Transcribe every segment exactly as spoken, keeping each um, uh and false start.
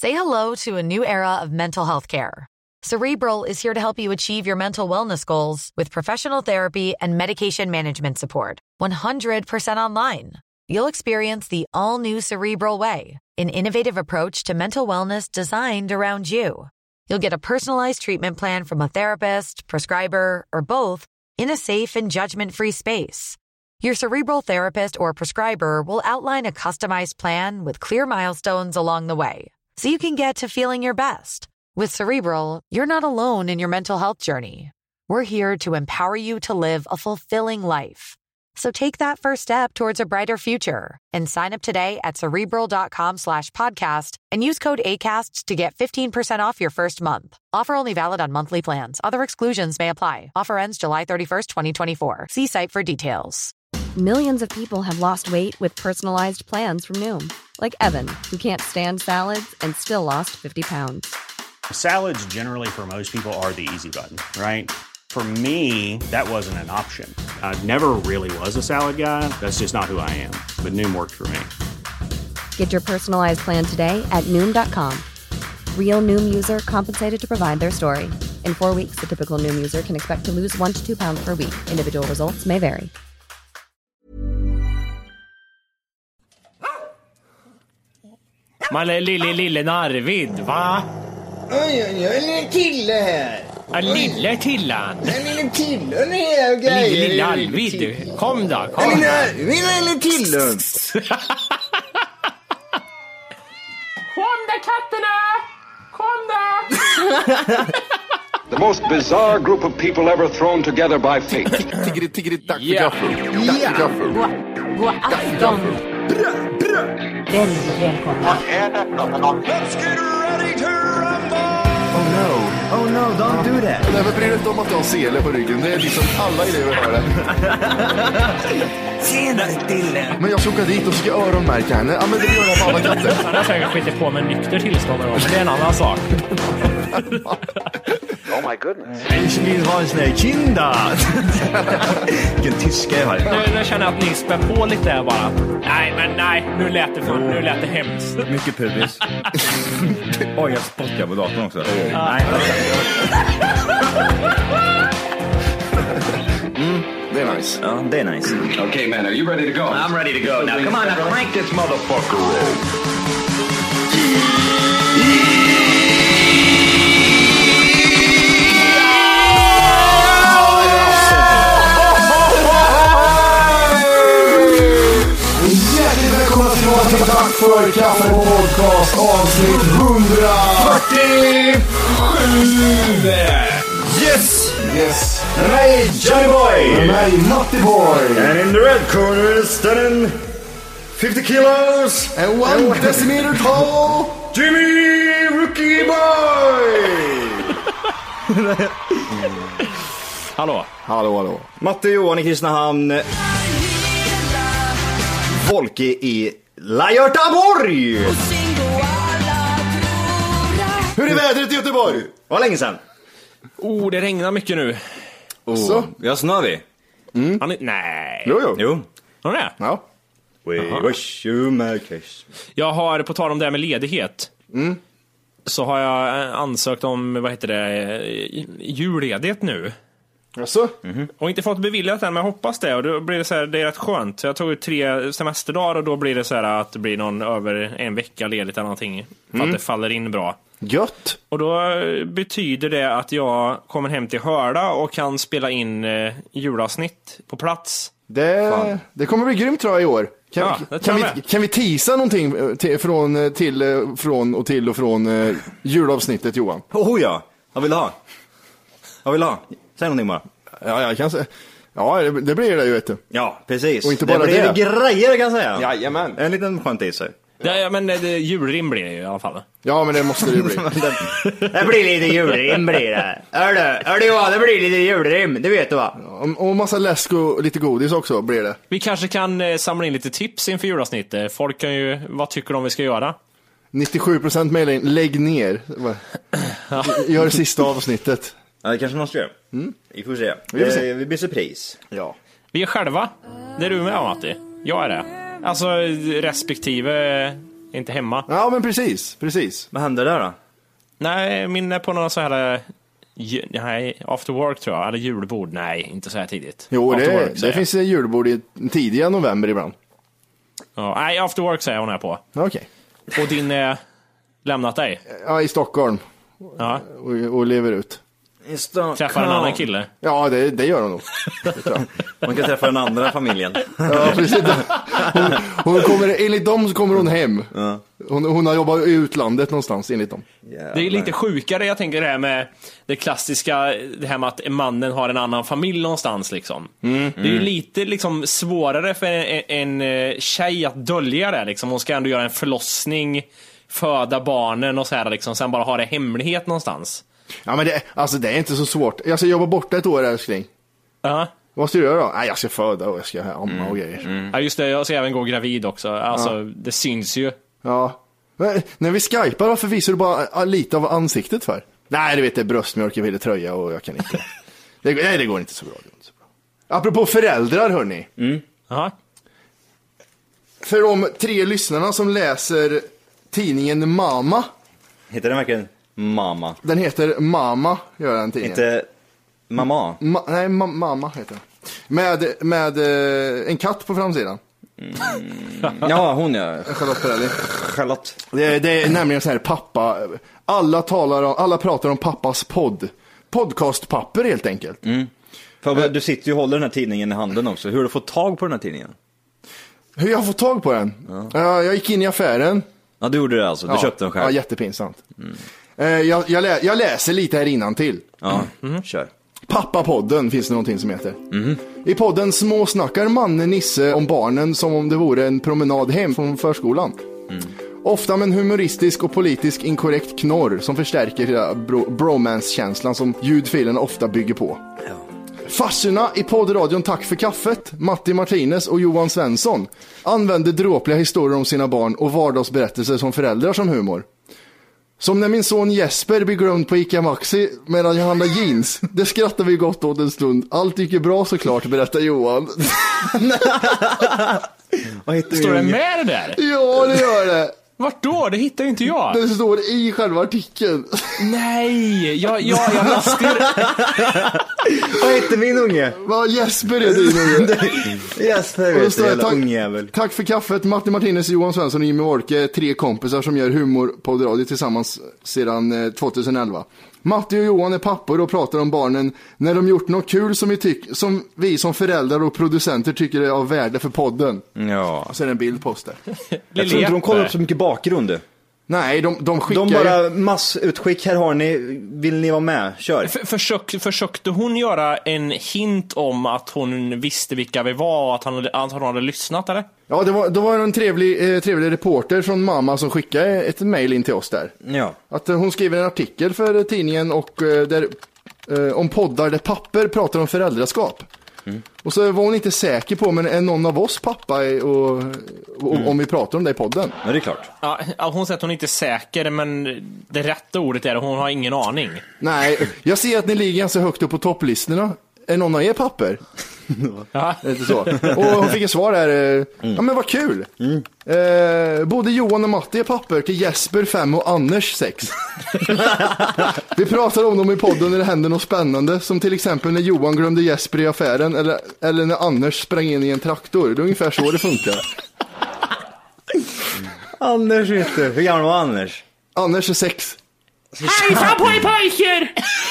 Say hello to a new era of mental health care. Cerebral is here to help you achieve your mental wellness goals with professional therapy and medication management support. one hundred percent online. You'll experience the all-new Cerebral Way, an innovative approach to mental wellness designed around you. You'll get a personalized treatment plan from a therapist, prescriber, or both in a safe and judgment-free space. Your Cerebral therapist or prescriber will outline a customized plan with clear milestones along the way, so you can get to feeling your best. With Cerebral, you're not alone in your mental health journey. We're here to empower you to live a fulfilling life. So take that first step towards a brighter future and sign up today at Cerebral.com slash podcast and use code ACAST to get fifteen percent off your first month. Offer only valid on monthly plans. Other exclusions may apply. Offer ends July thirty-first, twenty twenty-four. See site for details. Millions of people have lost weight with personalized plans from Noom. Like Evan, who can't stand salads and still lost fifty pounds. Salads generally for most people are the easy button, right? For me, that wasn't an option. I never really was a salad guy. That's just not who I am. But Noom worked for me. Get your personalized plan today at Noom dot com. Real Noom user compensated to provide their story. In four weeks, the typical Noom user can expect to lose one to two pounds per week. Individual results may vary. Man är lille, lille Narvid, va? Oj, oj, oj, en lille kille här. En lille Tillan. En lille killen här och grejer. Lille, lille Alvid. Kom då, kom. En lille, lille, lille killen. Kom då, katterna! Kom då! The most bizarre group of people ever thrown together by fate. Tiggeri, tiggeri, dack för gaffel. Dack för gaffel. God afton. Väldigt välkomna. Let's get ready to rumble! Oh no, oh no, don't do that. Nej, men bryr dig inte om att jag har sele på ryggen. Det är liksom alla elever har det. Tjena, Dille. Men jag ska åka dit och ska öronmärka henne. Ja, men det gör jag på alla katter. Han har säkert skitit på med nykter tillstånd då, men det är en annan sak. Oh my goodness. Ich vill ha en sån här kinda. Vilken tyska jag har. Nu, nu känner jag att ni spär på lite där bara. Nej, men nej. Nu lät det, för, nu lät det hemskt. Mycket pubis. Oj, jag spottar på datorn också. Ja. Nej. Mm, det är nice. Ja, det är nice. Okay, man, are you ready to go? I'm ready to go. Now, come on, now crank this motherfucker up. Tack för Kaffe Podcast avsnitt hundrafyrtiosju. Yes! Yes. Mig, Johnny Boy! Med mig, Matti Boy! And in the red corner is standing fifty kilos And one and decimeter tall, Jimmy Rookie Boy! Hallå. Hallå, hallå. Matte och Johan i Kristinehamn. Folke i Lajörtaborg! Hur är vädret i Göteborg? Vad länge sedan? Oh, det regnar mycket nu. Oh, vi har snö vi. Mm. Han är, nej. Jo, jo. Jo. Har det? Ja. We wish you Merry Christmas. Jag har, på tal om det här med ledighet, Mm. så har jag ansökt om, vad heter det, julledighet nu. Alltså? Mm-hmm. Och inte fått beviljat än, men jag hoppas det. Och då blir det så här, det är rätt skönt. Så jag tog ut tre semesterdagar och då blir det så här att det blir någon över en vecka ledigt eller någonting. För Mm. att det faller in bra. Gött. Och då betyder det att jag kommer hem till Hörda och kan spela in eh, julavsnitt på plats. Det, det kommer bli grymt tror jag i år. Kan, Ja, det kan, tror vi, jag kan vi teasa någonting till, från, till, från och till och från uh, julavsnittet, Johan? Oh ja, vad vill du ha? Vad vill du ha? Säg någonting bara. Ja, jag kan säga. Ja, det, det blir det ju, vet du. Ja, precis. Och inte bara det blir det. grejer kan jag säga. Jajamän. En liten skön teaser. Ja, ja, men det, julrim blir det ju i alla fall. Ja, men det måste det ju bli. Det blir lite julrim blir det. Hör du? Hör du vad? Det blir lite julrim, det vet du va? Och, och massa läsk och lite godis också blir det. Vi kanske kan eh, samla in lite tips inför julavsnittet. Folk kan ju, vad tycker de vi ska göra? nittiosju procent mejlen, lägg ner. Gör sista avsnittet. Ja, det kanske man ska göra. Mm. Vi får se. Vi får se. Eh, vi blir surpris. Ja. Vi är själva. Det är du med, Matti. Jag är det. Alltså respektive inte hemma. Ja, men precis, precis. Vad hände där då? Nej, min är på någon så här... Ju, nej, after work tror jag. Eller julbord. Nej, inte så här tidigt. Jo, after det, work, det finns julbord i tidiga november ibland. Ja, nej, after work säger hon här på. Okej. Okay. Och din är lämnat dig? Ja, i Stockholm. Ja. Och, och lever ut. Träffar en annan kille? Ja, det, det gör hon nog. Man kan träffa den andra familjen. Ja, precis. Hon, hon kommer, enligt dem så kommer hon hem. Ja. Hon, hon har jobbat i utlandet någonstans, enligt dem. Det är lite sjukare, jag tänker det här med det klassiska, det här med att mannen har en annan familj någonstans liksom. Mm. Det är ju lite liksom svårare för en, en tjej att dölja det liksom. Hon ska ändå göra en förlossning, föda barnen och så här liksom, sen bara ha det hemlighet någonstans. Ja, men det, alltså, det är inte så svårt. Jag ska jobba borta ett år, älskling. Ja. Vad ska du göra då? Nej, jag ska föda och jag ska amma och grejer. Mm. Ja, just det, jag ska även gå gravid också. Alltså, ja. Det syns ju. Ja. Men, när vi skypar, varför visar du bara lite av ansiktet för? Nej, du vet, det är bröstmjölk, jag vill tröja och jag kan inte. det, nej, det går inte så bra. Det går inte så bra. Apropå föräldrar, hörni. Mm. Aha. För de tre lyssnarna som läser tidningen Mama. Heter den verkligen Mama? Den heter Mama, gör den tidningen. Inte Mamma? Ma- nej, ma- Mama heter den. Med, med eh, en katt på framsidan. Mm. Ja, hon ja. Charlotte Perrelli. Charlotte. Det, det är nämligen så här pappa. Alla talar om, alla pratar om pappas podd. Podcastpapper helt enkelt. Mm. För du sitter ju och håller den här tidningen i handen också. Hur har du fått tag på den här tidningen? Hur jag har fått tag på den? Ja. Jag gick in i affären. Ja, du gjorde det alltså. Du ja. köpte den själv. Ja, jättepinsamt. Mm. Jag, jag, lä, jag läser lite här innantill. Ja, mm. Kör. Pappapodden finns det någonting som heter. Mm. I podden småsnackar mannen Nisse om barnen som om det vore en promenad hem från förskolan. Mm. Ofta med en humoristisk och politisk inkorrekt knorr som förstärker bro- bromance-känslan som ljudfilen ofta bygger på. Ja. Farserna i poddradion Tack för kaffet, Matti Martinez och Johan Svensson använder dråpliga historier om sina barn och vardagsberättelser som föräldrar som humor. Som när min son Jesper blir glömd på Ica Maxi medan jag handlar jeans. Det skrattar vi gott åt en stund. Allt gick ju bra såklart, berättar Johan. Står det med det där? Ja, det gör det. Vart då? Det hittar ju inte jag. Det står i själva artikeln. Nej, jag, jag, jag måste... Vad heter min unge? Vad Jesper är din unge? Jesper vet du, tack, ungjävel. Tack för kaffet, Matti Martinez, Johan Svensson och Jimmy Orke. Tre kompisar som gör humor på radio tillsammans sedan tjugoelva. Matti och Johan är pappor och pratar om barnen när de gjort något kul som vi, tyck, som vi som föräldrar och producenter tycker är av värde för podden. Ja. Och så är det en bild på där. Jag tror inte de kollar upp så mycket bakgrund. Nej, de, de skickar De bara massutskick, här har ni, vill ni vara med? Kör. För, försök, försökte hon göra en hint om att hon visste vilka vi var och att han, att hon hade lyssnat, eller? Ja, det var, det var en trevlig, eh, trevlig reporter från mamma som skickade ett mejl in till oss där. Ja. Att eh, hon skriver en artikel för tidningen och eh, där, eh, om poddar där papper pratar om föräldraskap. Mm. Och så var hon inte säker på, men är någon av oss pappa och, och mm. om vi pratar om det i podden? Ja, det är klart. Ja, hon säger att hon inte är säker, men det rätta ordet är att hon har ingen aning. Nej, jag ser att ni ligger ganska högt upp på topplistorna. Är någon av er papper? Ja. Det är inte så. Och hon fick ett svar där. Mm. Ja, men vad kul. Mm. Eh, både Johan och Matti är papper till Jesper fem och Anders sex. Vi pratar om dem i podden när det händer något spännande. Som till exempel när Johan glömde Jesper i affären. Eller, eller när Anders sprang in i en traktor. Det är ungefär så det funkar. Anders vet du. Hur gammal var Anders? Anders är sex. Hej fan på er pojkar!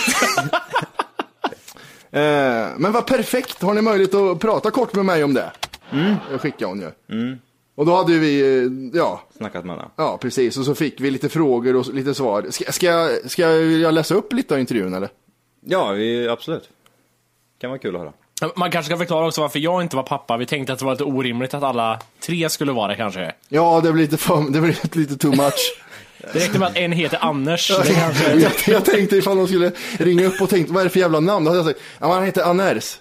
Eh, men vad perfekt, har ni möjlighet att prata kort med mig om det? Mm. Jag skickar hon ju. Mm. Och då hade vi, ja. Snackat med henne. Ja, precis. Och så fick vi lite frågor och lite svar. Ska, ska, jag, ska jag läsa upp lite av intervjun eller? Ja, vi, absolut. Kan vara kul att höra. Man kanske ska förklara också varför jag inte var pappa. Vi tänkte att det var lite orimligt att alla tre skulle vara det kanske. Ja, det blir lite, för, det blir lite too much. Det räckte med att en heter Anders. Ja, det kanske... jag, jag tänkte ifall de skulle ringa upp och tänkte, vad är det för jävla namn? Då hade jag sagt, ja, han heter Anders.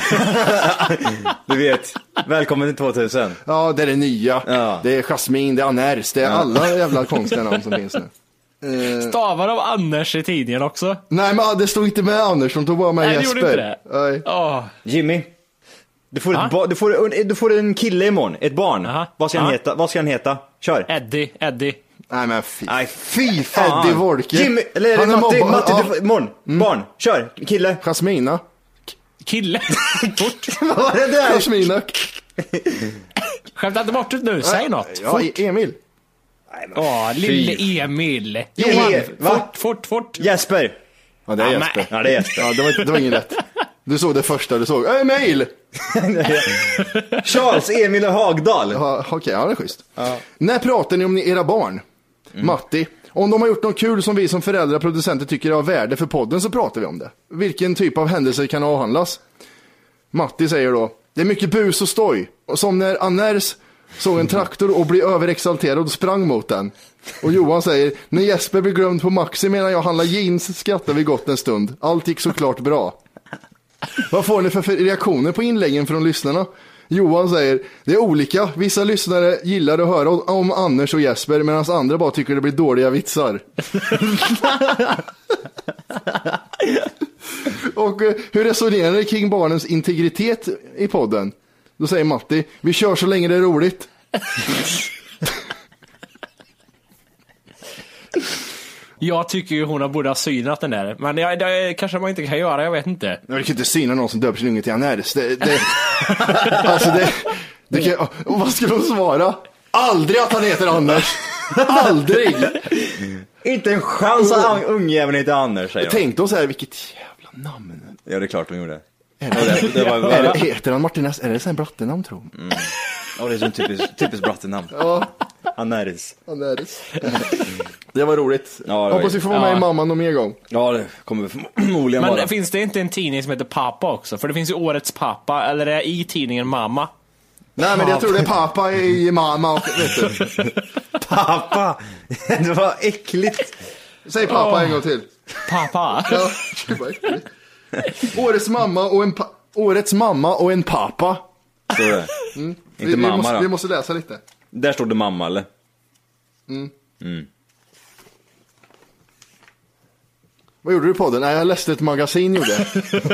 Du vet, välkommen till tvåtusen. Ja, det är det nya. Ja. Det är Jasmin, det är Anders. Det är ja. alla jävla konstiga namn som finns nu. Uh... Stavar av Anders i tidningen också? Nej, men det stod inte med Anders, de tog bara med Nej, Jesper. Nej, det gjorde inte det. Oh. Jimmy, du får, ett ba- du, får, du får en kille imorgon, ett barn. Aha. Vad ska han Aha. heta? Vad ska han heta? Kör. Eddie, Eddie. Nej men fy. Nej, fy fan. Eddie Wolke. Jimmy, eller Han är Matti, mobbad. Matti, Ja. du får, morgon. Barn, kör. Kille. Jasmina. Kille. Bort. Vad var det där? Jasmina. Skämta inte bort det nu, säg något. Ja, Emil. Åh, lille Emil. E- Johan, va? fort, fort, fort. Jesper. Ja, det är Ja, Jesper. men- Ja, det är Jesper. Ja, det var, det var ingen rätt. Du såg det första du såg. Äh, mail! Charles Emil Hagdal. Ja, okej, ja det är schysst. När pratar ni om ni, era barn? Matti. Om de har gjort något kul som vi som föräldrar och producenter tycker är av värde för podden så pratar vi om det. Vilken typ av händelser kan avhandlas? Matti säger då, det är mycket bus och stoj. Och som när Anners såg en traktor och blev överexalterad och sprang mot den. Och Johan säger, när Jesper blev glömd på Maxi medan jag handlar jeans skrattar vi gott en stund. Allt gick såklart bra. Vad får ni för reaktioner på inläggen från lyssnarna? Johan säger, det är olika. Vissa lyssnare gillar att höra om Anders och Jesper medan andra bara tycker det blir dåliga vitsar. Och eh, hur resonerar ni kring barnens integritet i podden? Då säger Matti, vi kör så länge det är roligt. Jag tycker ju hon har borde ha synat den där. Men det, det kanske man inte kan göra, jag vet inte. Men du kan inte syna någon som döper sin unge till Anners. Det, det, alltså det, det kan, och vad ska de svara? Aldrig att han heter Anders. Aldrig. Inte en chans att ungjäveln heter Anders, säger jag. Tänk då så här, vilket jävla namn. Ja, det är klart de gjorde. Är det, det var, är det, heter han Martinez? Är det så här brattenamn tror jag? Mm. Ja, det är som typiskt, typiskt brattenamn. Ja. Anners. Anners. Det var roligt. Ja, det var hoppas vi får vara med ja. i mamman någon mer gång. Ja, det kommer förmodligen Men vara. finns det inte en tidning som heter Pappa också? För det finns ju Årets Pappa, eller är det i tidningen Mamma? Nej, men jag tror det är pappa i mamma och, vet du. Pappa! Det var äckligt. Säg pappa Oh. en gång till. Pappa? Ja, det var äckligt. Årets mamma och en pa- Årets mamma och en pappa. Så det. Mm. Inte vi, vi, mamma måste, då. vi måste läsa lite. Där står det mamma, eller? Vad gjorde du på den? Nej, jag läste ett magasin gjorde.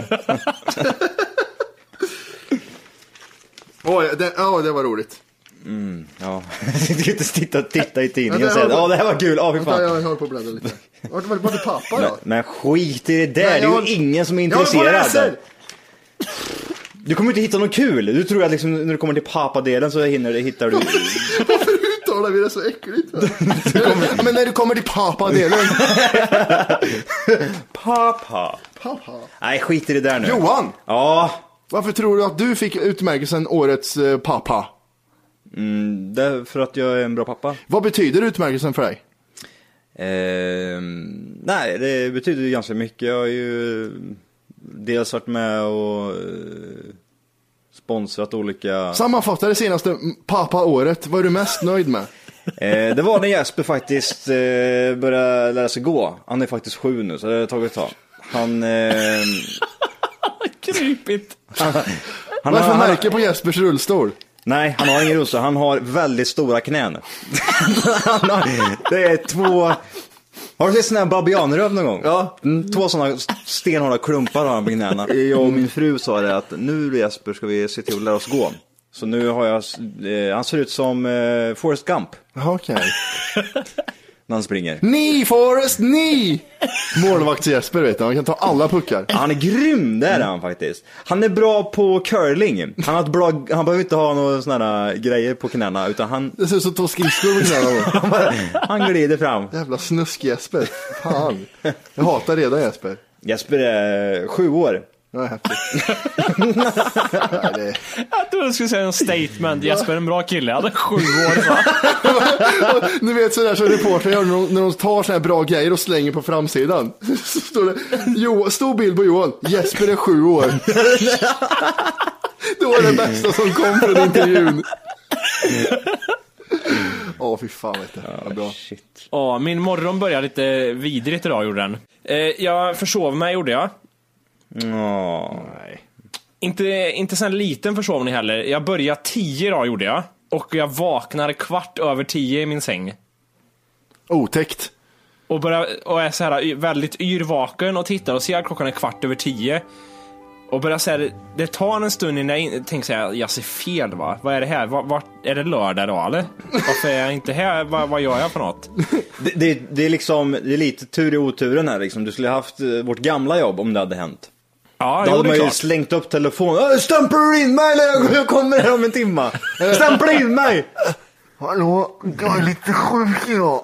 Åh, oh, det, oh, det var roligt. Ja. Du kan inte titta, titta i tidningen Ja, och det säga, har- ja, det här var kul, ja, fy Vänta, fan. jag håller på att bläddra lite. Vart var det pappa då? Men skit i det där, Nej, det är jag ju håller- ingen som är Jag håller på och intresserad. läser! Du kommer inte hitta något kul. Du tror att liksom, när du kommer till pappadelen så hinner, hittar du... Varför uttalar vi det så äckligt? Ja, men när du kommer till pappa-delen. Pappa. Pappa. Nej, skit i det där nu. Johan! Ja, Varför tror du att du fick utmärkelsen Årets eh, pappa? det är för att jag är en bra pappa. Vad betyder utmärkelsen för dig? Eh, nej, det betyder ju ganska mycket. Jag har ju dels varit med och eh, sponsrat olika... Sammanfatta det senaste mm, pappa-året. Vad är du mest nöjd med? Eh, det var när Jesper faktiskt eh, började lära sig gå. Han är faktiskt sju nu, så det har tagit ett tag. Han... Eh, Krypigt. han, Varför han, märker på Jespers rullstol? Nej, han har ingen rullstol. Han har väldigt stora knän. Han har, det är två... Har du sett sån här babianröv någon gång? Ja. Mm, två sådana stenhårda klumpar har han på knäna. Jag och min fru sa det att nu Jesper ska vi se till att lära oss gå. Så nu har jag... Eh, han ser ut som eh, Forrest Gump Jaha, okej. när han springer. Ni, Forrest, ni! Målvakt Jesper vet du, han kan ta alla puckar. Han är grym, det är han faktiskt. Han är bra på curling. Han har ett bra, han behöver inte ha några såna här grejer på knäna, utan han, Det ser ut som två skridskor på knäna. han glider fram. Jävla snusk Jesper. Fan. Jag hatar redan Jesper. Jesper är sju år. Det är häftigt. Nej, det är... Jag trodde du skulle säga en statement. Jesper är en bra kille. Han är sju år. Så. Ni vet sådär som reportrar gör när de, när de tar sådana här bra grejer och slänger på framsidan. Så står det, jo, stor bild på Johan. Jesper är sju år. Det var det bästa som kom från intervjun. Åh, oh, fy fan vet du. Ja, bra. Shit. Ja, min morgon började lite vidrigt idag, gjorde den. Eh, jag försov mig, gjorde jag. Åh. Nej. Inte, inte sån liten försovning heller. Jag började tio idag, gjorde jag. Och jag vaknade kvart över tio i min säng. Otäckt. Och, började, och är så här väldigt yrvaken och tittar och ser att klockan är kvart över tio. Och börjar säga, det tar en stund innan jag tänker säga, jag ser fel va? Vad är det här? Vart, vart, är det lördag då eller? Varför är jag inte här? Vad, vad gör jag för något? Det, det, det är liksom, det är lite tur i oturen här liksom. Du skulle ha haft vårt gamla jobb om det hade hänt. Ja, då jo, hade man ju klart. slängt upp telefonen. Stämplar du in mig eller jag kommer här om en timma? Stämplar in mig! Hallå, jag är lite sjuk idag.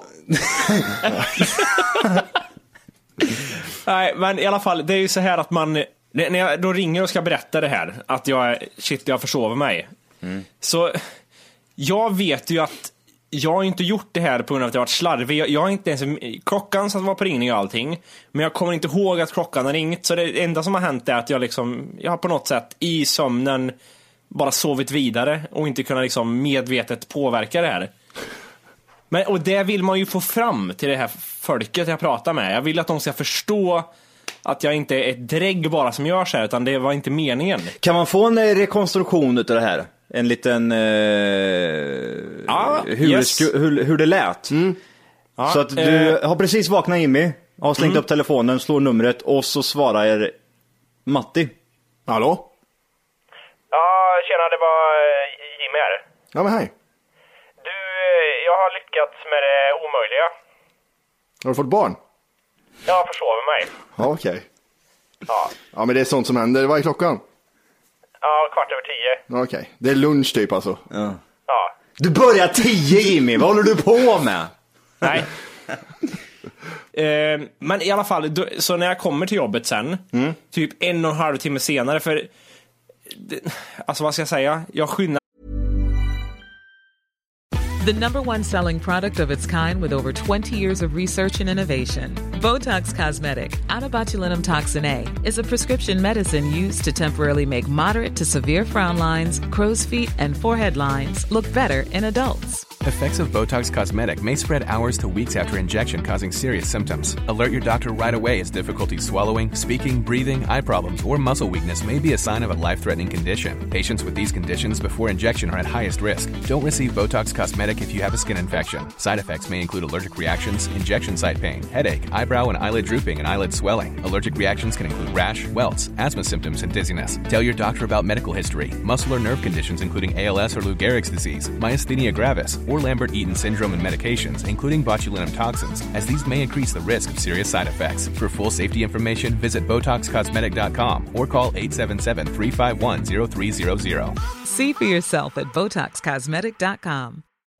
Nej, men i alla fall, det är ju så här att man, när jag då ringer och ska berätta det här, att jag, shit, jag försover mig. Mm. Så jag vet ju att jag har inte gjort det här på grund av att jag har varit slarvig. Jag, jag har inte ens, klockan satt var på ringning och allting, men jag kommer inte ihåg att klockan har ringt. Så det enda som har hänt är att jag liksom, jag har på något sätt i sömnen bara sovit vidare och inte kunnat liksom medvetet påverka det här. Men, och det vill man ju få fram till det här folket jag pratar med. Jag vill att de ska förstå att jag inte är ett drägg bara som gör så här, utan det var inte meningen. Kan man få en rekonstruktion utav det här? En liten eh, ja, hur, yes. det, hur, hur det lät. Mm. Ja, så att du eh, har precis vaknat Jimmy, har slängt mm. upp telefonen, slår numret och så svarar er Matti. Hallå? Ja, tjena, det var Jimmy här. Ja, men hej. Du, jag har lyckats med det omöjliga. Har du fått barn? Jag har försovit mig. Ja, okej. Okay. Ja. Ja, men det är sånt som händer. Vad är klockan? Ja, kvart över tio. Okej, okay. Det är lunch typ alltså. Ja. Ja. Du börjar tio, Jimmy. Vad håller du på med? Nej. eh, men i alla fall, då, så när jag kommer till jobbet sen, mm. typ en och en halv timme senare, för det, alltså vad ska jag säga? Jag skyndar. The number one selling product of its kind with over twenty years of research and innovation. Botox Cosmetic, out of botulinum toxin A, is a prescription medicine used to temporarily make moderate to severe frown lines, crow's feet, and forehead lines look better in adults. Effects of Botox Cosmetic may spread hours to weeks after injection, causing serious symptoms. Alert your doctor right away as difficulty swallowing, speaking, breathing, eye problems, or muscle weakness may be a sign of a life-threatening condition. Patients with these conditions before injection are at highest risk. Don't receive Botox Cosmetic if you have a skin infection. Side effects may include allergic reactions, injection site pain, headache, eyebrow and eyelid drooping, and eyelid swelling. Allergic reactions can include rash, welts, asthma symptoms, and dizziness. Tell your doctor about medical history, muscle or nerve conditions including A L S or Lou Gehrig's disease, myasthenia gravis, or Lambert-Eaton syndrome and medications, including botulinum toxins, as these may increase the risk of serious side effects. For full safety information, visit Botox Cosmetic dot com or call eight seven seven, three five one, zero three zero zero. See for yourself at Botox Cosmetic dot com.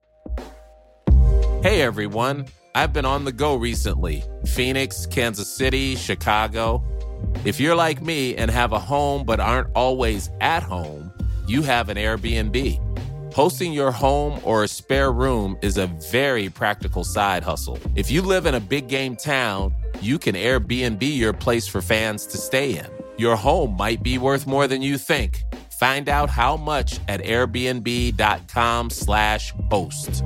Hey everyone, I've been on the go recently. Phoenix, Kansas City, Chicago. If you're like me and have a home but aren't always at home, you have an Airbnb. Hosting your home or a spare room is a very practical side hustle. If you live in a big game town, you can Airbnb your place for fans to stay in. Your home might be worth more than you think. Find out how much at airbnb.com slash host.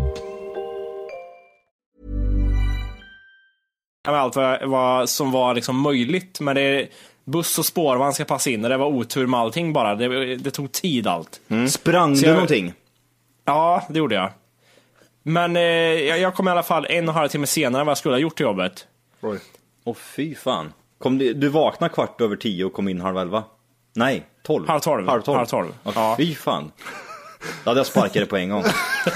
Allt vad, vad som var liksom möjligt, men det är buss och spårvagn ska passa in och det var otur med allting bara. Det, det tog tid allt. Mm. Sprang du jag, någonting? Ja, det gjorde jag. Men eh, jag, jag kom i alla fall en och en halv timme senare än vad jag skulle ha gjort till jobbet. Oj. Åh fy fan. Kom du, du vaknade kvart över tio och kom in halv elva? Nej, tolv. Halv tolv. Halv tolv. Halv tolv. Åh, ja. Fy fan. Då hade jag sparkat det på en gång.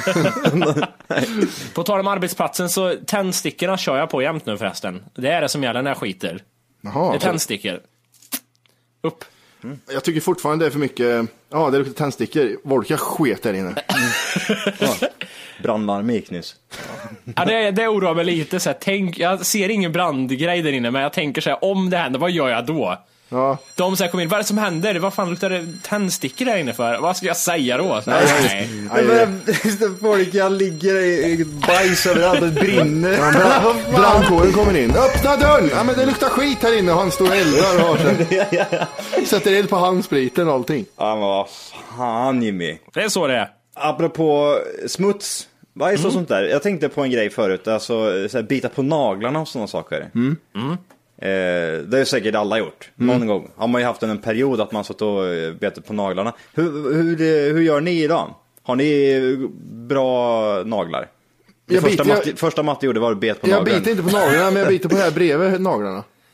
På tal om arbetsplatsen så tändstickorna kör jag på jämt nu förresten. Det är det som gäller när jag skiter. Jaha, det är tändstickor. Upp. Mm. Jag tycker fortfarande det är för mycket. Ja, det luktar tändstickor. Volka sket där inne. Mm. Ja. Brandlarm gick nyss. Ja, det, det oroar mig lite så här, tänk, jag ser ingen brandgrej där inne, men jag tänker så här, om det händer, vad gör jag då? Ja. De så här kommer in, vad är det som händer? Vad fan luktar det tändstickor där inne för? Vad ska jag säga då? Så, nej, nej. nej. Men, folk, jag ligger i bajs överallt, det brinner. Ja, brand, brandkåren kommer in. Öppna dörren! Ja, men det luktar skit här inne och han står och eldar och har sig. Sätter eld på handspriten och allting. Ja, men vad fan, Jimmy. Det är så det är. Apropå smuts, bajs och mm. sånt där. Jag tänkte på en grej förut, alltså så här, bita på naglarna och sådana saker. Mm. Mm. Eh, det har säkert alla gjort. Mm. Någon gång har man ju haft en period att man satt och betat på naglarna. Hur, hur, hur gör ni idag? Har ni bra naglar? Det jag första, biter, Matti, första Matti gjorde var att bet på jag naglarna. Jag biter inte på naglarna, men jag biter på det här bredvid naglarna.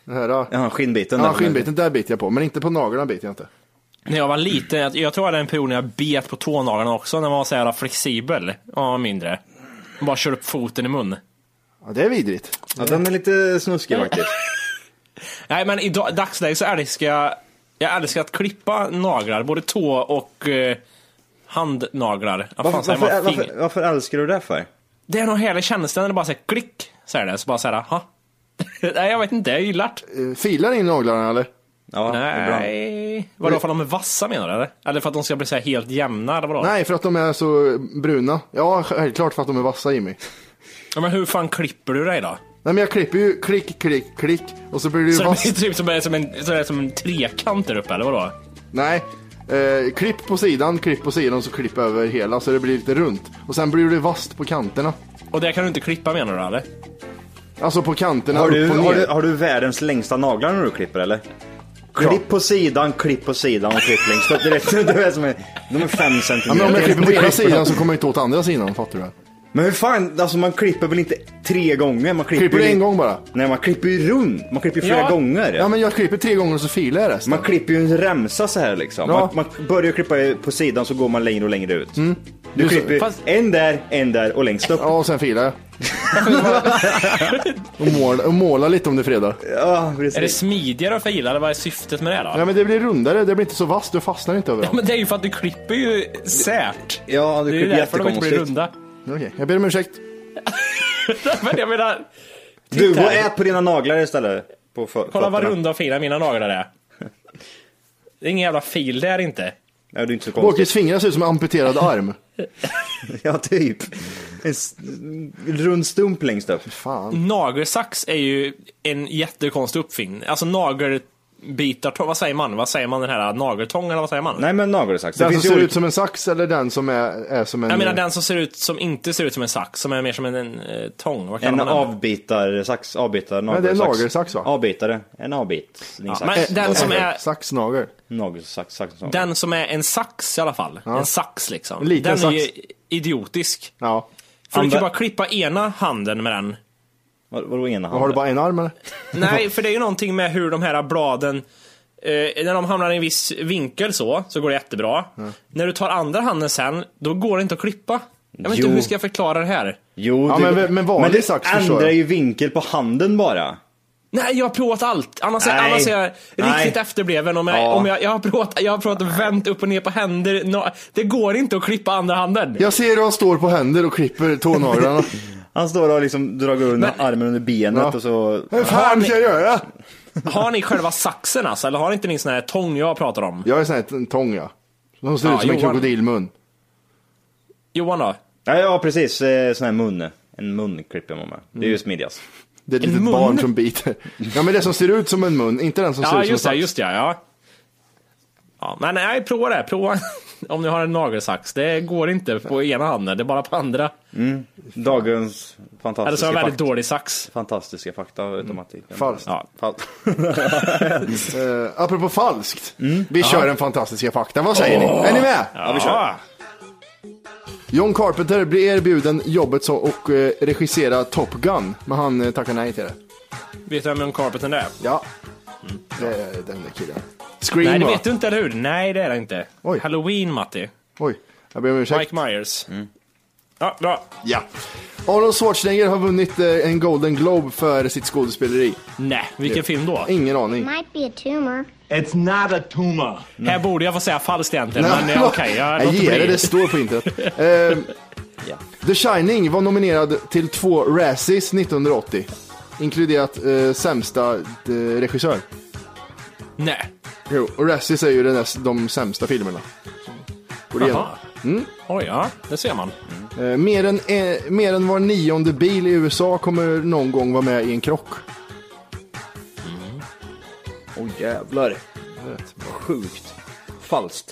Den här, ja, skinnbiten. Ja, skinnbiten, där biter jag på. Men inte på naglarna biter jag inte. När jag var liten, jag, jag tror det var en period när jag bet på tånaglarna också, när man var så här flexibel och mindre. Bara kör upp foten i mun. Ja, det är vidrigt. Ja, den är lite snuskig faktiskt. Nej, men i dagsläget så älskar jag, jag älskar att klippa naglar, både tå och eh, handnaglar. Varför, fan, varför, varför, varför, varför älskar du det för? Det är någon härlig känsla när det bara säger klick, så är det. Så bara säger ha. Nej, jag vet inte, jag gillar det. Filar in naglarna, eller? Ja, nej. Vadå, för att de är vassa menar du, eller? Eller för att de ska bli så här helt jämna, eller vadå? Nej, för att de är så bruna. Ja, självklart för att de är vassa, Jimmy. Ja, men hur fan klipper du dig då? Nej, men jag klipper ju klick, klick, klick. Och så blir det ju så vass. Så det blir typ som, som, en, så är det som en trekant där uppe, eller vadå? Nej, eh, klipp på sidan, klipp på sidan och så klipp över hela så det blir lite runt. Och sen blir det vast på kanterna. Och det kan du inte klippa menar du, eller? Alltså på kanterna, har du, upp och ner. Har du, har du världens längsta naglar när du klipper, eller? Klipp ja. på sidan, klipp på sidan och klipp längst. Det är, det är som en, de är fem centimeter. Ja, men om jag klipper på ena sidan så kommer jag inte åt andra sidan, fattar du det? Men hur fan, alltså man klipper väl inte tre gånger? Man klipper, klipper en gång bara? Nej, man klipper ju runt. Man klipper ju flera ja. gånger. Ja, men jag klipper tre gånger och så filar jag resten. Man klipper ju en remsa så här liksom. Ja. Man, man börjar klippa på sidan så går man längre och längre ut. Mm. Du Just klipper fast... en där, en där och längst upp. Ja, och sen filar jag. och, måla, och måla lite om det är fredag. Ja, är det smidigare att fila eller vad är syftet med det då? Ja, men det blir rundare, det blir inte så vasst, du fastnar inte överallt. Ja, men det är ju för att du klipper ju särt. Ja, du klipper jättekonstigt. De runda. Okej, okay, jag ber om ursäkt. Men jag menar, du går och ät på dina naglar istället. På för, kolla vad runda och fina mina naglar är. Det är ingen jävla fil där inte. Nej, det är inte så konstigt. Båkis fingrar ser ut som en amputerad arm. Ja, typ. En rund stump längst upp. Fan. Nagelsax är ju en jättekonstig uppfinning. Alltså nagelbitar, vad säger man? Vad säger man den här nageltång eller vad säger man? Nej, men nagelsax. Den som ser olika... ut som en sax eller den som är, är som en... Jag menar den som ser ut som inte ser ut som en sax, som är mer som en, en eh, tång. Vad en man avbitar sax, avbitar nagelsax. Men det är nagelsax va? Avbitare, en avbit. Ja, men den som är saxnagel. Nagelsax, saxnagel. Den som är en sax i alla fall. Ja. En sax liksom. Liten den sax. är ju idiotisk. Ja. För du kan bara klippa ena handen med den. Vad, vadå ena handen? Har du bara en arm eller? Nej, för det är ju någonting med hur de här bladen eh, när de hamnar i en viss vinkel så, så går det jättebra. Mm. När du tar andra handen sen, då går det inte att klippa. Jag vet jo. inte hur ska jag förklara det här. Jo, ja, det, men, men, men det sax ändrar ju vinkel på handen bara. Nej, jag har provat allt. Annars, annars är jag Nej. riktigt efterbleven. Om jag, ja. om jag, jag har provat, jag har provat att vänt upp och ner på händer. No, det går inte att klippa andra handen. Jag ser hur han står på händer och klipper tånaglarna. Han står och liksom drar under men, armen under benet ja. och så... Hur fan ska jag göra? Har ni själva saxen alltså? Eller har inte ni sån här tång jag pratar om? Jag är sån här tång, ja. De ser ja, ut som Johan. En krokodilmun. Johan då? Ja, ja precis. Sån här mun. En mun klipper man med. Det är ju smidigast. Det är ett litet barn som biter. Ja, men det som ser ut som en mun, inte den som ja, ser ut som en sax. Ja, just det, ja. Ja, men nej, prova det. Prova om ni har en nagelsax. Det går inte på ena handen, det är bara på andra. Mm. Dagens fantastiska Eller så är det väldigt fakta. dålig sax. Fantastiska fakta av automatik. Mm. Falskt. Ja. Falskt. uh, apropå falskt. Mm. Vi ja. kör en fantastiska fakta. Vad säger oh. ni? Är ni med? Ja, ja vi kör. John Carpenter blir erbjuden jobbet som och eh, regissera Top Gun, men han eh, tackar nej till det. Vet du vem John Carpenter är? Ja, mm. det är den där killen. Scream, nej, det va? vet du inte, eller hur? Nej, det är det inte. Oj. Halloween, Matti. Oj, jag ber om ursäkt. Mike Myers. Mm. Ja, bra. Ja. Arnold Schwarzenegger har vunnit eh, en Golden Globe för sitt skådespeleri. Nej, vilken ja. film då? Ingen aning. Might be a tumor. It's not a tumor. Nej. Här borde jag få säga falskt egentligen, nej, men okej. Okay, jag jag ger det, det står på internet. uh, yeah. The Shining var nominerad till två Razzies nittonhundraåttio. Inkluderat uh, sämsta uh, regissör. Nej. Jo, och Razzies är ju den där, de sämsta filmerna. Jaha. Mm. Oj, ja, det ser man. Mm. Uh, mer, än, eh, mer än var nionde bil i U S A kommer någon gång vara med i en krock. Åh oh, jävlar. Sjukt. Falskt.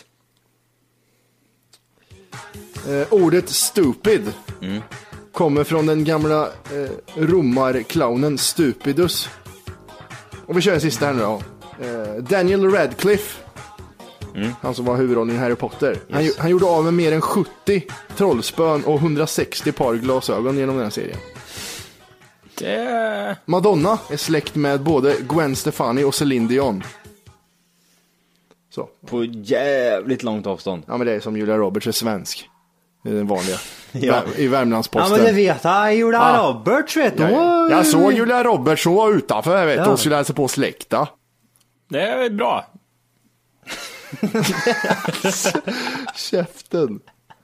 Eh, ordet stupid mm. kommer från den gamla eh, romarclownen Stupidus. Och vi kör en sista här nu då. Eh, Daniel Radcliffe. Mm. Han som var huvudrollen i Harry Potter. Yes. Han, han gjorde av med mer än sjuttio trollspön och hundrasextio par glasögon genom den här serien. Det... Madonna är släkt med både Gwen Stefani och Celine Dion. Så. På jävligt långt avstånd. Ja, men det är som Julia Roberts är svensk. Det är den vanliga. Ja. I Värmlandsposten. Ja, men det vet jag. Julia ja. Roberts vet jag. Ja, jag såg Julia Roberts så utanför. Jag vet, ja. Hon skulle hälsa på släkta. Det är bra. Käften.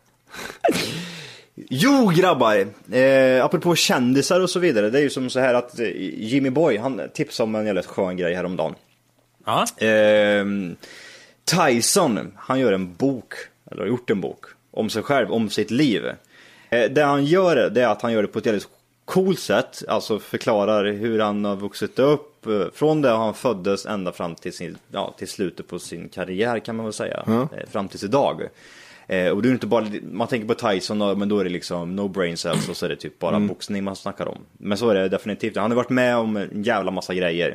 Jo grabbar, eh, apropå kändisar och så vidare. Det är ju som så här att eh, Jimmy Boy, han tipsade om en jävla skön grej häromdagen. Ja. eh, Tyson, han gör en bok, eller har gjort en bok om sig själv, om sitt liv. eh, Det han gör, det är att han gör det på ett jävligt coolt sätt. Alltså förklarar hur han har vuxit upp eh, från det han föddes ända fram till, sin, ja, till slutet på sin karriär kan man väl säga. mm. eh, Fram tills idag. Eh, och det är inte bara, man tänker på Tyson då, men då är det liksom no brain cells och så är det typ bara mm. boxning man snackar om. Men så är det definitivt. Han har varit med om en jävla massa grejer.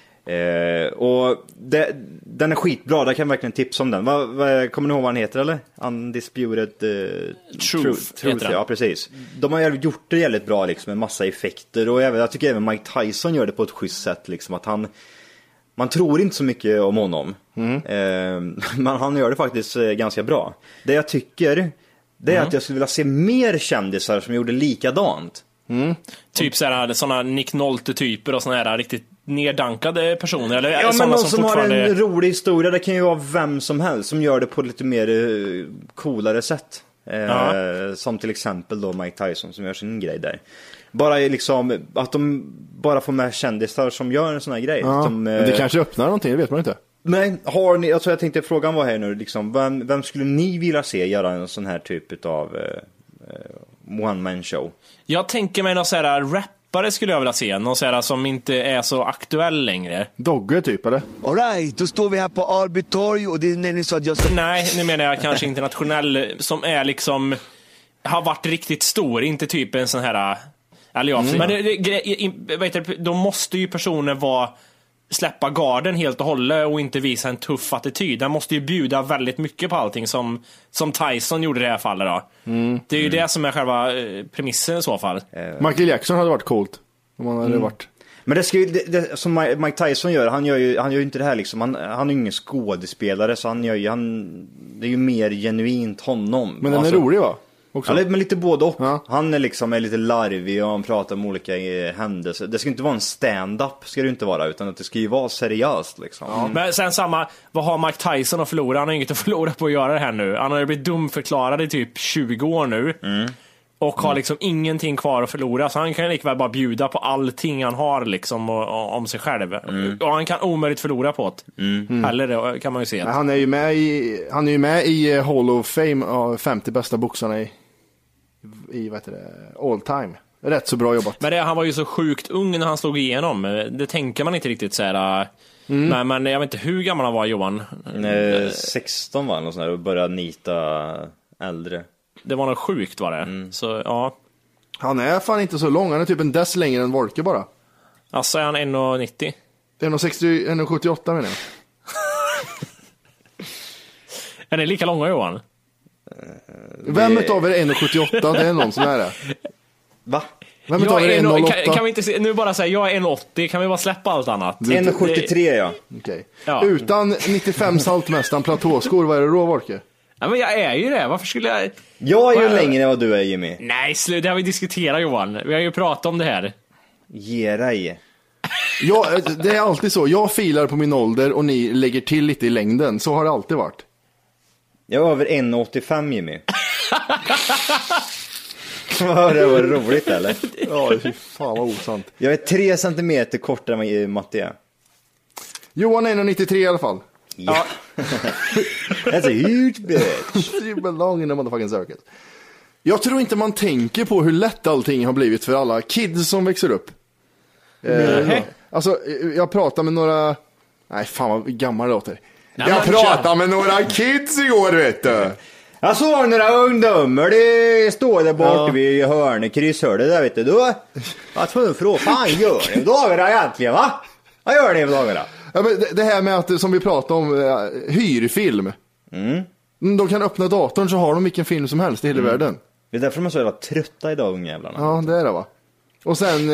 Eh, och det, den är skitbra, där kan jag verkligen tipsa om den. Va, va, kommer ni ihåg vad han heter eller? Undisputed uh, Truth, truth, truth ja, precis. De har gjort det jävligt bra liksom, med massa effekter. Och jag, jag tycker även Mike Tyson gör det på ett schysst sätt liksom, att han, man tror inte så mycket om honom. Mm. Eh, men han gör det faktiskt eh, ganska bra. Det jag tycker, det är mm. att jag skulle vilja se mer kändisar som gjorde likadant. Mm. Typ sådana såna Nick Nolte-typer och såna här riktigt neddankade personer. Eller ja, men någon som, som fortfarande... har en rolig historia. Det kan ju vara vem som helst som gör det på lite mer uh, coolare sätt. Eh, ja. Som till exempel då Mike Tyson som gör sin grej där. Bara liksom att de bara får med kändisar som gör en sån här grej. Ja, de, men det eh... kanske öppnar någonting, det vet man inte. Nej, har ni, alltså jag tänkte frågan var här nu liksom, vem, vem skulle ni vilja se göra en sån här typ av uh, one man show? Jag tänker mig någon sån här rappare skulle jag vilja se. Någon sån här som inte är så aktuell längre. Dogge typ, eller? All right, då står vi här på Arbitorg och det är nämligen så att jag ska... Nej, nu menar jag kanske internationell som är liksom har varit riktigt stor, inte typ en sån här... Eller ja, mm. men det, det, vet du, då måste ju personen vara släppa garden helt och hållet och inte visa en tuff attityd. Den måste ju bjuda väldigt mycket på allting som, som Tyson gjorde i det här fallet då. Mm. Det är ju mm. det som är själva premissen i så fall. Michael Jackson hade varit coolt om han hade mm. varit. Men det, ska ju, det, det som Mike Tyson gör, han gör ju, han gör ju inte det här liksom. Han, han är ju ingen skådespelare, så han gör ju, han, det är ju mer genuint honom. Men den alltså, är rolig va? Också. Ja, men lite både och. Ja. Han är liksom är lite larvig och han pratar om olika händelser. Det ska inte vara en stand-up, ska det inte vara, utan att det ska ju vara seriöst liksom. Ja. Men sen samma, vad har Mike Tyson att förlora? Han har inget att förlora på att göra det här nu. Han har ju blivit dumförklarad i typ tjugo år nu. Mm. Och har liksom mm. ingenting kvar att förlora. Så han kan likväl bara bjuda på allting han har liksom och, och, om sig själv. Mm. Och han kan omöjligt förlora på det. Mm. Eller det kan man ju se. Ja, han är ju med i, han är ju med i Hall of Fame av femtio bästa boxarna i i vad heter det, all time. Rätt så bra jobbat. Men det, han var ju så sjukt ung när han slog igenom. Det tänker man inte riktigt så här. Mm. Men, men jag vet inte hur gammal han var, Johan. Nej, sexton var han och sån där och började nita äldre. Det var något sjukt var det. Mm. Så ja. Han är fan inte så lång, han är typ en dess längre än Volke bara. Alltså är han en komma nittio? en komma sextio, en komma sjuttioåtta menar jag. Är det lika långa, Johan? Vem utav er är en komma sjuttioåtta? Det är någon som är det. Va? Vem utav er är en komma noll åtta? Kan, kan vi inte se, nu bara säga jag är en komma åttio, kan vi bara släppa allt annat? en komma sjuttiotre ja. Okay. Ja. Utan nittiofem saltmästaren platåskor, vad är det då, Volke? Ja, men jag är ju det, varför skulle jag... Jag är ju längre än vad du är, Jimmy. Nej, slut, det har vi diskuterat, Johan. Vi har ju pratat om det här. Ge dig. Ja, det är alltid så. Jag filar på min ålder och ni lägger till lite i längden. Så har det alltid varit. Jag är över en komma åttiofem, Jimmy. Vad det var roligt, eller? Ja, fy fan vad osant. Jag är tre centimeter kortare än Mattia. Johan är en komma nittiotre i alla fall. Ja. That's a huge bitch. You belong in the motherfucking circus. Jag tror inte man tänker på hur lätt allting har blivit för alla kids som växer upp. Mm. Eh, alltså, jag pratar med några... Nej, fan vad gammal det låter. Jag, jag pratade med några kids igår, vet du. Jag såg några ungdomar, det står där bort ja. vid hörnekryss, hör det där, vet du. Då, jag tror fråga, fan gör ni dagarna egentligen, va? Vad gör ni dagarna? Ja, men det, det här med att, som vi pratade om, uh, hyrfilm. Mm. De kan öppna datorn så har de vilken film som helst i hela mm. världen. Det är därför de är så jävla trötta idag, ungjävlarna. Ja, det är det va. Och sen, uh,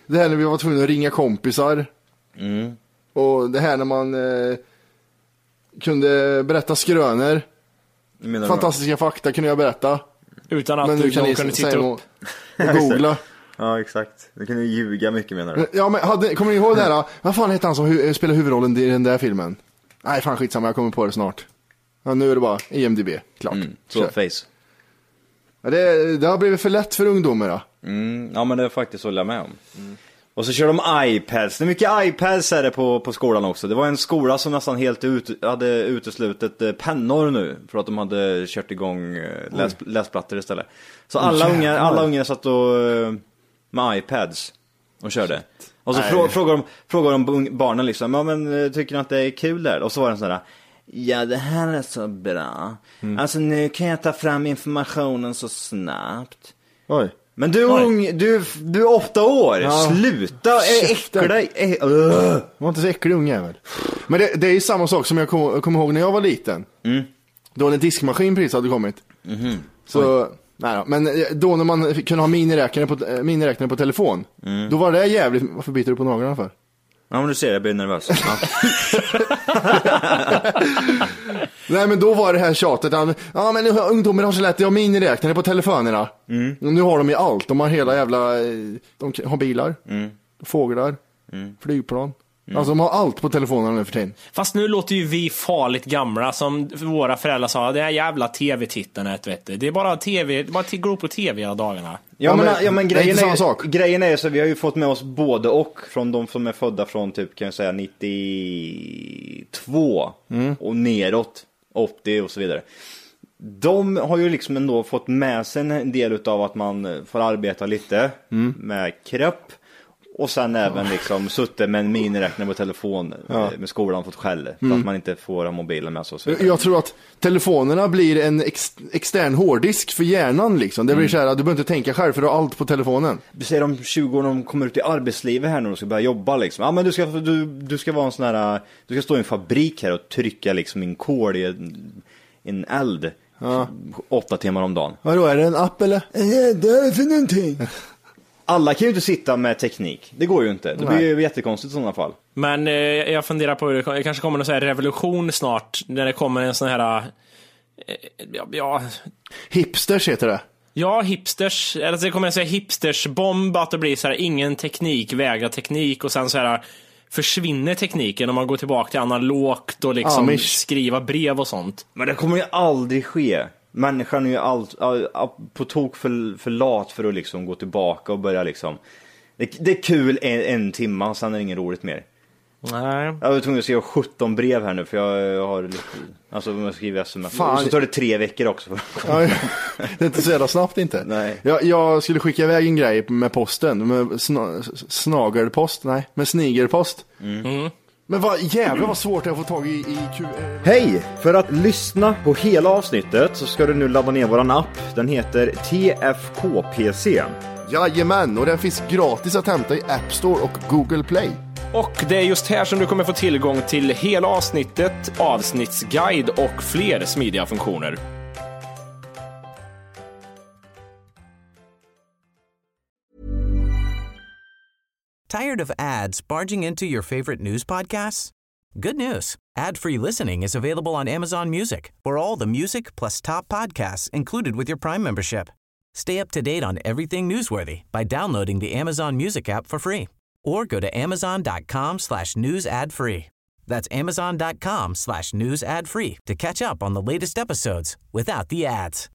Det här när vi var tvungna att ringa kompisar. Mm. Och det här när man eh, kunde berätta skrönor. Fantastiska du? fakta kunde jag berätta. Utan att men du kan kunde titta upp. Och, och googla. Ja, exakt. Du kan ju ljuga mycket, menar du? Ja, men hade, kommer ni ihåg det här? Vad fan heter han som hu- spelar huvudrollen i den där filmen? Nej, fan skitsamma, jag kommer på det snart. Ja, nu är det bara I M D B, klart. Mm, så face. Ja, det, det har blivit för lätt för ungdomar då. Mm, ja, men det är faktiskt håller jag med om. Mm. Och så kör de iPads. Det är mycket iPads är det på, på skolan också. Det var en skola som nästan helt ut, hade uteslutit pennor nu. För att de hade kört igång läs, läsplattor istället. Så alla oh, unga, alla unga satt och, med iPads och körde. Och så frå, frågar, de, frågar de barnen liksom, ja men tycker ni att det är kul där? Och så var det en sån där, ja det här är så bra. Mm. Alltså nu kan jag ta fram informationen så snabbt. Oj. Men du är ung, du, du är åtta år. Ja. Sluta, äckla dig. Uh. Var inte så äcklig unge väl. Men det, det är ju samma sak som jag kommer kom ihåg när jag var liten. Mm. Då när diskmaskin precis hade kommit. Mm-hmm. Så, nej då. Men då när man kunde ha miniräknare på, miniräknare på telefon. Mm. Då var det jävligt. Varför biter du på naglarna för? Ja, men du ser, jag blir nervös. Ja. Nej, men då var det här tjatet. Ja, men ungdomar har så lätt. Jag har miniräknare på telefonerna. Mm. Nu har de ju allt. De har hela jävla... De har bilar, mm. fåglar, mm. flygplan. Mm. Alltså de har allt på telefonerna nu för tiden. Fast nu låter ju vi farligt gamla. Som våra föräldrar sa, det är jävla tv-tittandet, vet du. Det är bara tv, det är bara att gå på tv hela dagarna. Ja, ja, men, men, ja, men grejen, är, är, grejen är så vi har ju fått med oss både och från de som är födda från typ kan jag säga nittiotvå mm. och neråt, åttio och så vidare. De har ju liksom ändå fått med sig en del av att man får arbeta lite mm. med kropp. Och sen även liksom suttit med en miniräknare på telefon ja. med skolan fått skäll för mm. att man inte får ha mobilen med sig. Så jag tror att telefonerna blir en ex- extern hårddisk för hjärnan liksom. Det blir mm. så här att du behöver inte tänka själv för du har allt på telefonen. Du ser om tjugo år när de kommer ut i arbetslivet här nu och ska börja jobba liksom. Ja, men du ska, du, du ska vara en sån här, du ska stå i en fabrik här och trycka liksom en kol i en, en eld ja. åtta timmar om dagen. Vadå, är det en app eller? Ja, det är för någonting. Alla kan ju inte sitta med teknik. Det går ju inte. Det blir ju jättekonstigt i sådana fall. Men eh, jag funderar på det kanske kommer någon sån här revolution snart när det kommer en sån här eh, ja, ja hipsters heter det. Ja, hipsters. Eller det kommer en sån här hipsters bomb att det blir så här ingen teknik, vägra teknik och sen så här försvinner tekniken om man går tillbaka till analogt och liksom ja, skriva brev och sånt. Men det kommer ju aldrig ske. Människan är ju allt, all, all, på tok för, för lat för att liksom gå tillbaka och börja liksom... Det, det är kul en, en timme och sen är det ingen roligt mer. Nej. Jag var tvungen att skriva sjutton brev här nu för jag, jag har lite... Alltså om jag skriver sms. Fan. Så tar det tre veckor också. Ja, det är inte så jävla snabbt inte. Nej. Jag, jag skulle skicka iväg en grej med posten. Med sna, snagelpost, nej. Med snigelpost. Mm. Mm. Men vad jävlar vad svårt det är att få tag i, i Q... Hej! För att lyssna på hela avsnittet så ska du nu ladda ner våran app. Den heter T F K P C. Jajamän, och den finns gratis att hämta i App Store och Google Play. Och det är just här som du kommer få tillgång till hela avsnittet, avsnittsguide och fler smidiga funktioner. Tired of ads barging into your favorite news podcasts? Good news. Ad-free listening is available on Amazon Music for all the music plus top podcasts included with your Prime membership. Stay up to date on everything newsworthy by downloading the Amazon Music app for free or go to amazon.com slash news ad free. That's amazon.com slash news ad free to catch up on the latest episodes without the ads.